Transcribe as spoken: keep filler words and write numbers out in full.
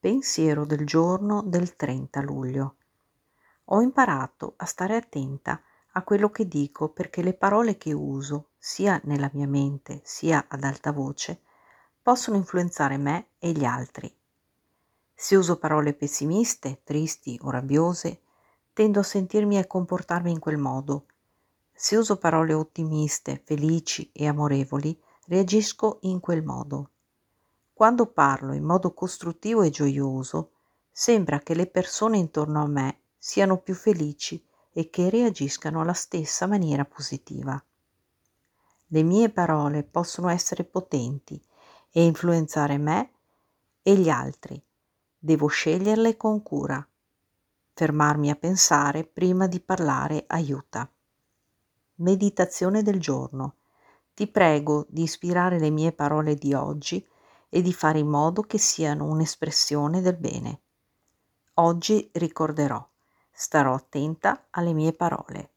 Pensiero del giorno del trenta luglio. Ho imparato a stare attenta a quello che dico perché le parole che uso, sia nella mia mente sia ad alta voce, possono influenzare me e gli altri. Se uso parole pessimiste, tristi o rabbiose, tendo a sentirmi e comportarmi in quel modo. Se uso parole ottimiste, felici e amorevoli, reagisco in quel modo. Quando parlo in modo costruttivo e gioioso, sembra che le persone intorno a me siano più felici e che reagiscano alla stessa maniera positiva. Le mie parole possono essere potenti e influenzare me e gli altri. Devo sceglierle con cura. Fermarmi a pensare prima di parlare aiuta. Meditazione del giorno. Ti prego di ispirare le mie parole di oggi e di fare in modo che siano un'espressione del bene. Oggi ricorderò, starò attenta alle mie parole.